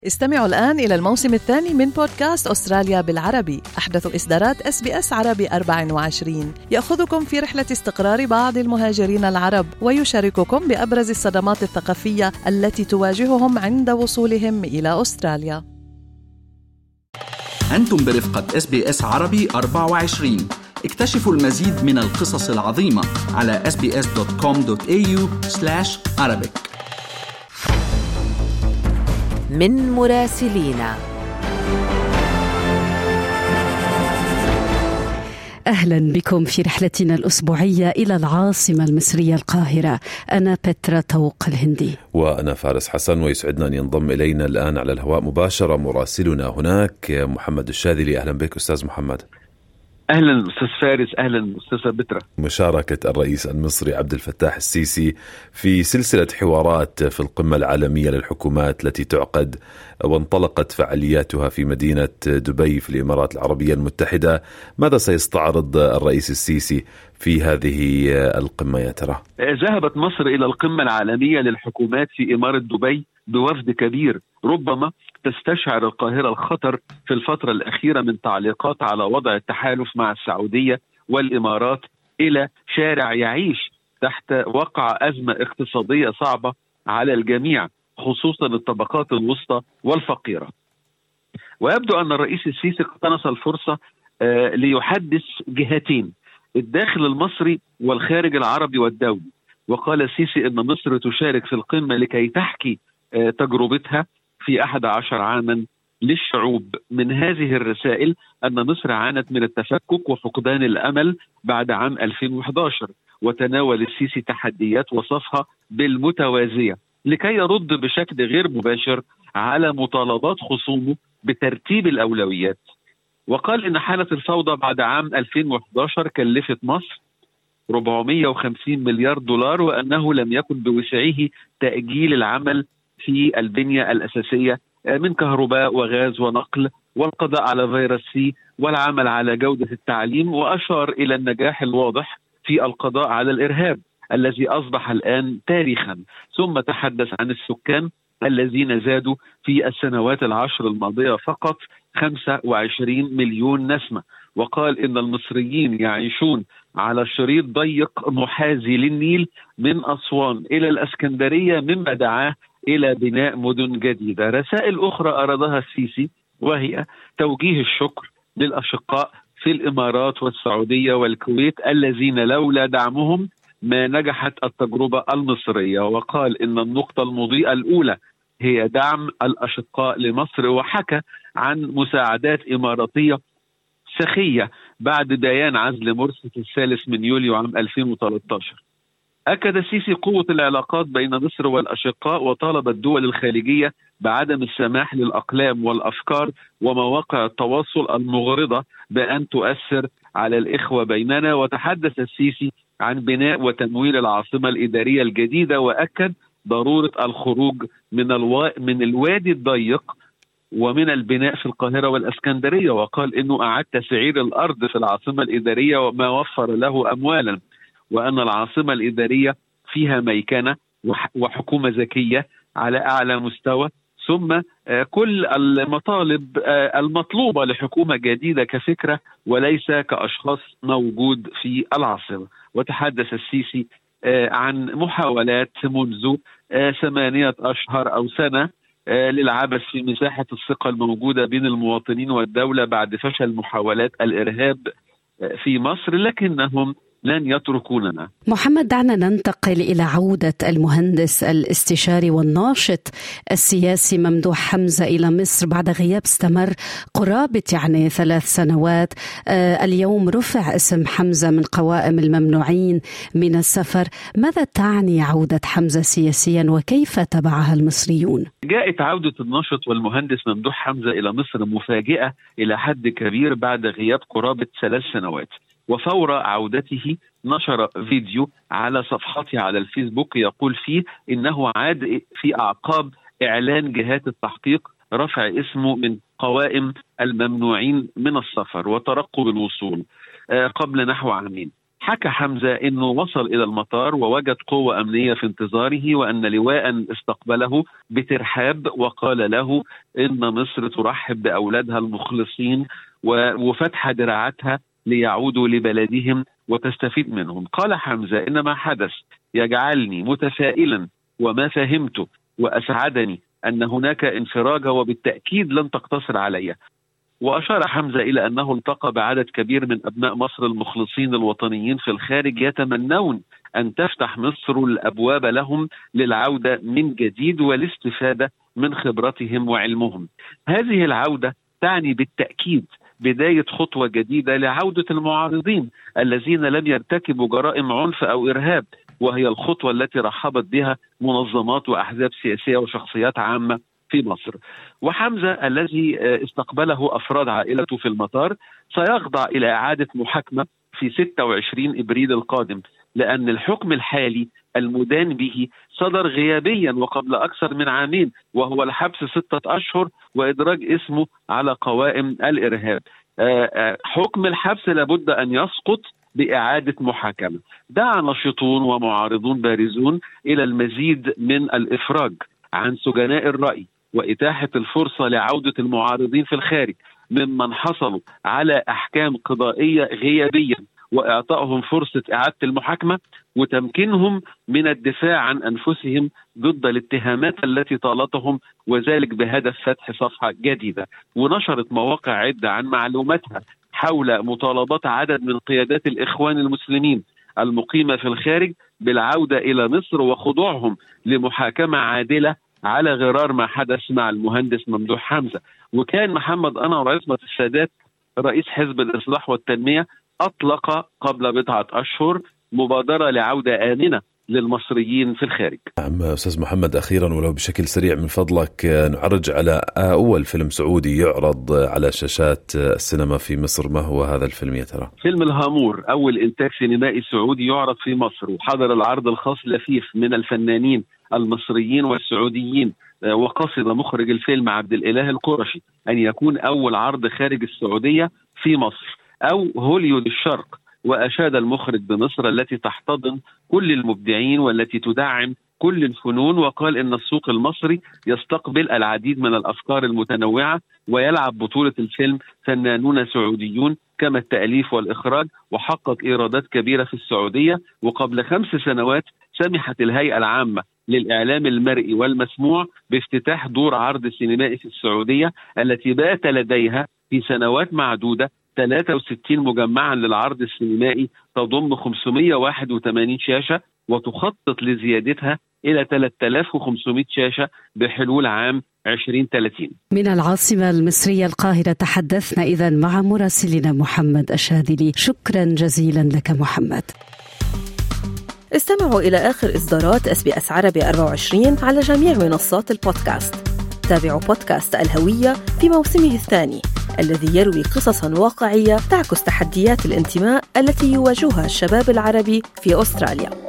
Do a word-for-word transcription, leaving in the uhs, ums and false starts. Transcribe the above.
استمعوا الآن إلى الموسم الثاني من بودكاست أستراليا بالعربي، أحدث إصدارات إس بي إس عربي أربعة وعشرين، يأخذكم في رحلة استقرار بعض المهاجرين العرب ويشارككم بأبرز الصدمات الثقافية التي تواجههم عند وصولهم إلى أستراليا. أنتم برفقة إس بي إس عربي أربعة وعشرين. اكتشفوا المزيد من القصص العظيمة على إس بي إس دوت كوم دوت إيه يو سلاش عربيك. من مراسلينا. أهلا بكم في رحلتنا الأسبوعية إلى العاصمة المصرية القاهرة. أنا بترا طوق الهندي وأنا فارس حسن، ويسعدنا أن ينضم إلينا الآن على الهواء مباشرة مراسلنا هناك محمد الشاذلي. أهلا بك أستاذ محمد. أهلا أستاذ فارس، أهلا أستاذ بترا. مشاركة الرئيس المصري عبد الفتاح السيسي في سلسلة حوارات في القمة العالمية للحكومات التي تعقد وانطلقت فعالياتها في مدينة دبي في الإمارات العربية المتحدة، ماذا سيستعرض الرئيس السيسي في هذه القمة يا ترى؟ ذهبت مصر إلى القمة العالمية للحكومات في إمارة دبي بوفد كبير، ربما تستشعر القاهرة الخطر في الفترة الأخيرة من تعليقات على وضع التحالف مع السعودية والإمارات إلى شارع يعيش تحت وقع أزمة اقتصادية صعبة على الجميع، خصوصا الطبقات الوسطى والفقيرة. ويبدو أن الرئيس السيسي اقتنص الفرصة آه ليحدث جهتين، الداخل المصري والخارج العربي والدولي. وقال السيسي أن مصر تشارك في القمة لكي تحكي آه تجربتها في أحد عشر عاما للشعوب. من هذه الرسائل أن مصر عانت من التفكك وفقدان الأمل بعد عام ألفين وإحدى عشر، وتناول السيسي تحديات وصفها بالمتوازية لكي يرد بشكل غير مباشر على مطالبات خصومه بترتيب الأولويات. وقال إن حالة الفوضى بعد عام ألفين وإحدى عشر كلفت مصر أربعمائة وخمسين مليار دولار، وأنه لم يكن بوسعه تأجيل العمل في البنية الأساسية من كهرباء وغاز ونقل، والقضاء على فيروس سي، والعمل على جودة التعليم. وأشار إلى النجاح الواضح في القضاء على الإرهاب الذي أصبح الآن تاريخا. ثم تحدث عن السكان الذين زادوا في السنوات العشر الماضية فقط خمسة وعشرين مليون نسمة، وقال إن المصريين يعيشون على شريط ضيق محاذي للنيل من أسوان إلى الإسكندرية، مما دعاه إلى بناء مدن جديدة. رسائل أخرى أرادها السيسي وهي توجيه الشكر للأشقاء في الإمارات والسعودية والكويت الذين لولا دعمهم ما نجحت التجربة المصرية. وقال إن النقطة المضيئة الأولى هي دعم الأشقاء لمصر، وحكى عن مساعدات إماراتية سخية بعد ديان عزل مرسي في الثالث من يوليو عام ألفين وثلاثة عشر. أكد السيسي قوة العلاقات بين مصر والأشقاء، وطالب الدول الخليجية بعدم السماح للأقلام والأفكار ومواقع التواصل المغرضة بأن تؤثر على الإخوة بيننا. وتحدث السيسي عن بناء وتمويل العاصمة الإدارية الجديدة، وأكد ضرورة الخروج من, الوا... من الوادي الضيق ومن البناء في القاهرة والإسكندرية. وقال إنه أعاد تسعير الأرض في العاصمة الإدارية وما وفر له أموالا، وأن العاصمة الإدارية فيها ميكنة وحكومة ذكية على أعلى مستوى. ثم كل المطالب المطلوبة لحكومة جديدة كفكرة وليس كأشخاص موجود في العاصمة. وتحدث السيسي عن محاولات منذ ثمانية أشهر أو سنة للعبث في مساحة الثقة الموجودة بين المواطنين والدولة بعد فشل محاولات الإرهاب في مصر، لكنهم لن يتركوننا. محمد، دعنا ننتقل إلى عودة المهندس الاستشاري والناشط السياسي ممدوح حمزة إلى مصر بعد غياب استمر قرابة يعني ثلاث سنوات. آه اليوم رفع اسم حمزة من قوائم الممنوعين من السفر. ماذا تعني عودة حمزة سياسيا وكيف تبعها المصريون؟ جاءت عودة الناشط والمهندس ممدوح حمزة إلى مصر مفاجئة إلى حد كبير بعد غياب قرابة ثلاث سنوات. وفور عودته نشر فيديو على صفحته على الفيسبوك يقول فيه إنه عاد في أعقاب إعلان جهات التحقيق رفع اسمه من قوائم الممنوعين من السفر وترقب الوصول قبل نحو عامين. حكى حمزة أنه وصل إلى المطار ووجد قوة أمنية في انتظاره، وأن لواء استقبله بترحاب وقال له إن مصر ترحب بأولادها المخلصين وفتح دراعاتها ليعودوا لبلدهم وتستفيد منهم. قال حمزة إن ما حدث يجعلني متفائلا، وما فهمته وأسعدني أن هناك انفراجة وبالتأكيد لن تقتصر علي. وأشار حمزة إلى أنه التقى بعدد كبير من أبناء مصر المخلصين الوطنيين في الخارج يتمنون أن تفتح مصر الأبواب لهم للعودة من جديد والاستفادة من خبرتهم وعلمهم. هذه العودة تعني بالتأكيد بداية خطوة جديدة لعودة المعارضين الذين لم يرتكبوا جرائم عنف أو إرهاب، وهي الخطوة التي رحبت بها منظمات وأحزاب سياسية وشخصيات عامة في مصر. وحمزة الذي استقبله أفراد عائلته في المطار سيخضع إلى إعادة محاكمة في ستة وعشرين إبريل القادم، لأن الحكم الحالي المدان به صدر غيابيا وقبل أكثر من عامين، وهو الحبس ستة أشهر وإدراج اسمه على قوائم الإرهاب. حكم الحبس لابد أن يسقط بإعادة محاكمة. دعا ناشطون ومعارضون بارزون إلى المزيد من الإفراج عن سجناء الرأي وإتاحة الفرصة لعودة المعارضين في الخارج ممن حصلوا على أحكام قضائية غيابيا، وإعطائهم فرصة إعادة المحاكمة وتمكينهم من الدفاع عن أنفسهم ضد الاتهامات التي طالتهم، وذلك بهدف فتح صفحة جديدة. ونشرت مواقع عدة عن معلوماتها حول مطالبات عدد من قيادات الإخوان المسلمين المقيمة في الخارج بالعودة إلى مصر وخضوعهم لمحاكمة عادلة على غرار ما حدث مع المهندس ممدوح حمزة. وكان محمد أنور عصمت السادات رئيس حزب الإصلاح والتنمية أطلق قبل بضعة أشهر مبادرة لعودة آمنة للمصريين في الخارج. نعم أستاذ محمد، أخيرا ولو بشكل سريع من فضلك نعرج على أول فيلم سعودي يعرض على شاشات السينما في مصر. ما هو هذا الفيلم يا ترى؟ فيلم الهامور، أول إنتاج سينمائي سعودي يعرض في مصر، وحضر العرض الخاص لفيف من الفنانين المصريين والسعوديين. وقصد مخرج الفيلم عبد الإله القرشي أن يكون أول عرض خارج السعودية في مصر أو هوليود الشرق. وأشاد المخرج بمصر التي تحتضن كل المبدعين والتي تدعم كل الفنون، وقال إن السوق المصري يستقبل العديد من الأفكار المتنوعة، ويلعب بطولة الفيلم فنانون سعوديون كما التأليف والإخراج، وحقق إيرادات كبيرة في السعودية. وقبل خمس سنوات سمحت الهيئة العامة للإعلام المرئي والمسموع بافتتاح دور عرض سينمائي في السعودية التي بات لديها في سنوات معدودة ثلاثة وستين مجمعا للعرض السينمائي تضم خمسمائة وواحد وثمانين شاشة، وتخطط لزيادتها إلى ثلاثة آلاف وخمسمائة شاشة بحلول عام عشرين ثلاثين. من العاصمة المصرية القاهرة تحدثنا إذن مع مراسلنا محمد الشاذلي. شكرا جزيلا لك محمد. استمعوا إلى آخر إصدارات إس بي إس عربي أربعة وعشرين على جميع منصات البودكاست. تابعوا بودكاست الهوية في موسمه الثاني الذي يروي قصصا واقعية تعكس تحديات الانتماء التي يواجهها الشباب العربي في أستراليا.